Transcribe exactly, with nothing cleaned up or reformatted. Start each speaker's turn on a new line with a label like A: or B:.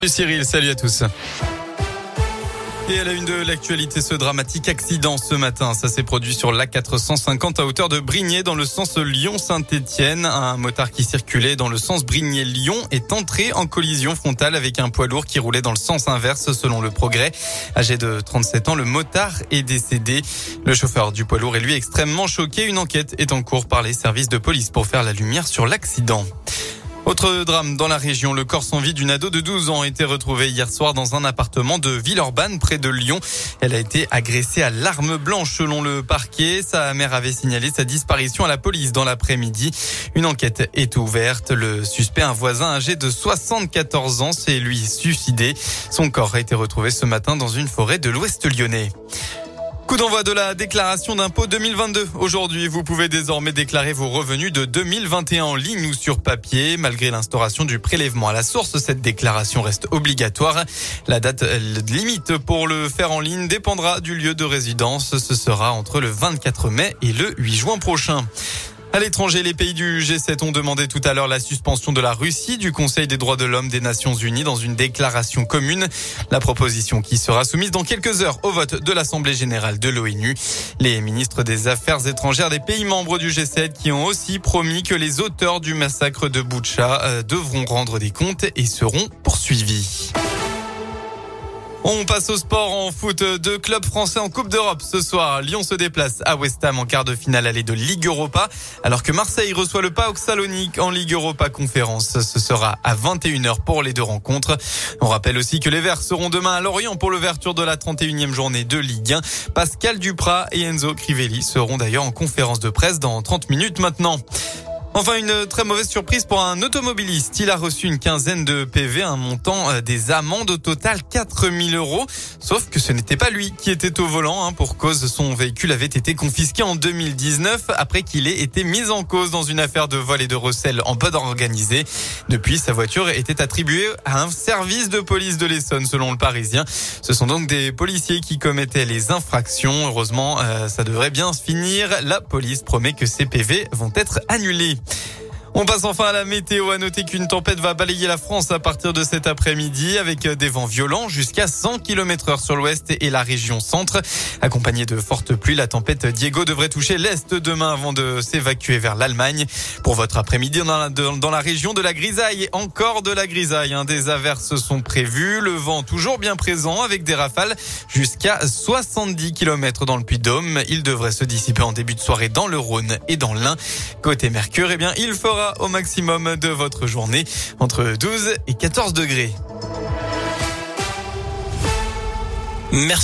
A: Salut Cyril, salut à tous. Et à la une de l'actualité, ce dramatique accident ce matin. Ça s'est produit sur l'A quatre cent cinquante à hauteur de Brignais dans le sens Lyon-Saint-Étienne. Un motard qui circulait dans le sens Brignais-Lyon est entré en collision frontale avec un poids lourd qui roulait dans le sens inverse selon le Progrès. Âgé de trente-sept ans, le motard est décédé. Le chauffeur du poids lourd est lui extrêmement choqué. Une enquête est en cours par les services de police pour faire la lumière sur l'accident. Autre drame dans la région, le corps sans vie d'une ado de douze ans a été retrouvé hier soir dans un appartement de Villeurbanne près de Lyon. Elle a été agressée à l'arme blanche selon le parquet. Sa mère avait signalé sa disparition à la police dans l'après-midi. Une enquête est ouverte. Le suspect, un voisin âgé de soixante-quatorze ans, s'est lui suicidé. Son corps a été retrouvé ce matin dans une forêt de l'Ouest lyonnais. Coup d'envoi de la déclaration d'impôt deux mille vingt-deux. Aujourd'hui, vous pouvez désormais déclarer vos revenus de deux mille vingt et un en ligne ou sur papier. Malgré l'instauration du prélèvement à la source, cette déclaration reste obligatoire. La date limite pour le faire en ligne dépendra du lieu de résidence. Ce sera entre le vingt-quatre mai et le huit juin prochain. À l'étranger, les pays du G sept ont demandé tout à l'heure la suspension de la Russie du Conseil des droits de l'homme des Nations Unies dans une déclaration commune. La proposition qui sera soumise dans quelques heures au vote de l'Assemblée générale de l'ONU. Les ministres des Affaires étrangères des pays membres du G sept qui ont aussi promis que les auteurs du massacre de Boutcha euh, devront rendre des comptes et seront poursuivis. On passe au sport en foot. Deux clubs français en Coupe d'Europe ce soir. Lyon se déplace à West Ham en quart de finale allée de Ligue Europa, alors que Marseille reçoit le PAOK Salonique en Ligue Europa Conférence. Ce sera à vingt et une heures pour les deux rencontres. On rappelle aussi que les Verts seront demain à Lorient pour l'ouverture de la trente et unième journée de Ligue un. Pascal Duprat et Enzo Crivelli seront d'ailleurs en conférence de presse dans trente minutes maintenant. Enfin, une très mauvaise surprise pour un automobiliste. Il a reçu une quinzaine de P V, un montant des amendes au total quatre mille euros. Sauf que ce n'était pas lui qui était au volant, hein, pour cause son véhicule avait été confisqué en deux mille dix-neuf après qu'il ait été mis en cause dans une affaire de vol et de recel en bande organisée. Depuis, sa voiture était attribuée à un service de police de l'Essonne, selon le Parisien. Ce sont donc des policiers qui commettaient les infractions. Heureusement, euh, ça devrait bien se finir. La police promet que ces P V vont être annulés. On passe enfin à la météo. À noter qu'une tempête va balayer la France à partir de cet après-midi avec des vents violents jusqu'à cent kilomètres heure sur l'ouest et la région centre. Accompagnée de fortes pluies, la tempête Diego devrait toucher l'est demain avant de s'évacuer vers l'Allemagne. Pour votre après-midi, dans la, dans la région de la grisaille, encore de la grisaille, hein. Des averses sont prévues. Le vent toujours bien présent avec des rafales jusqu'à soixante-dix kilomètres dans le Puy-de-Dôme. Il devrait se dissiper en début de soirée dans le Rhône et dans l'Ain. Côté Mercure, eh bien, il fera au maximum de votre journée entre douze et quatorze degrés. Merci.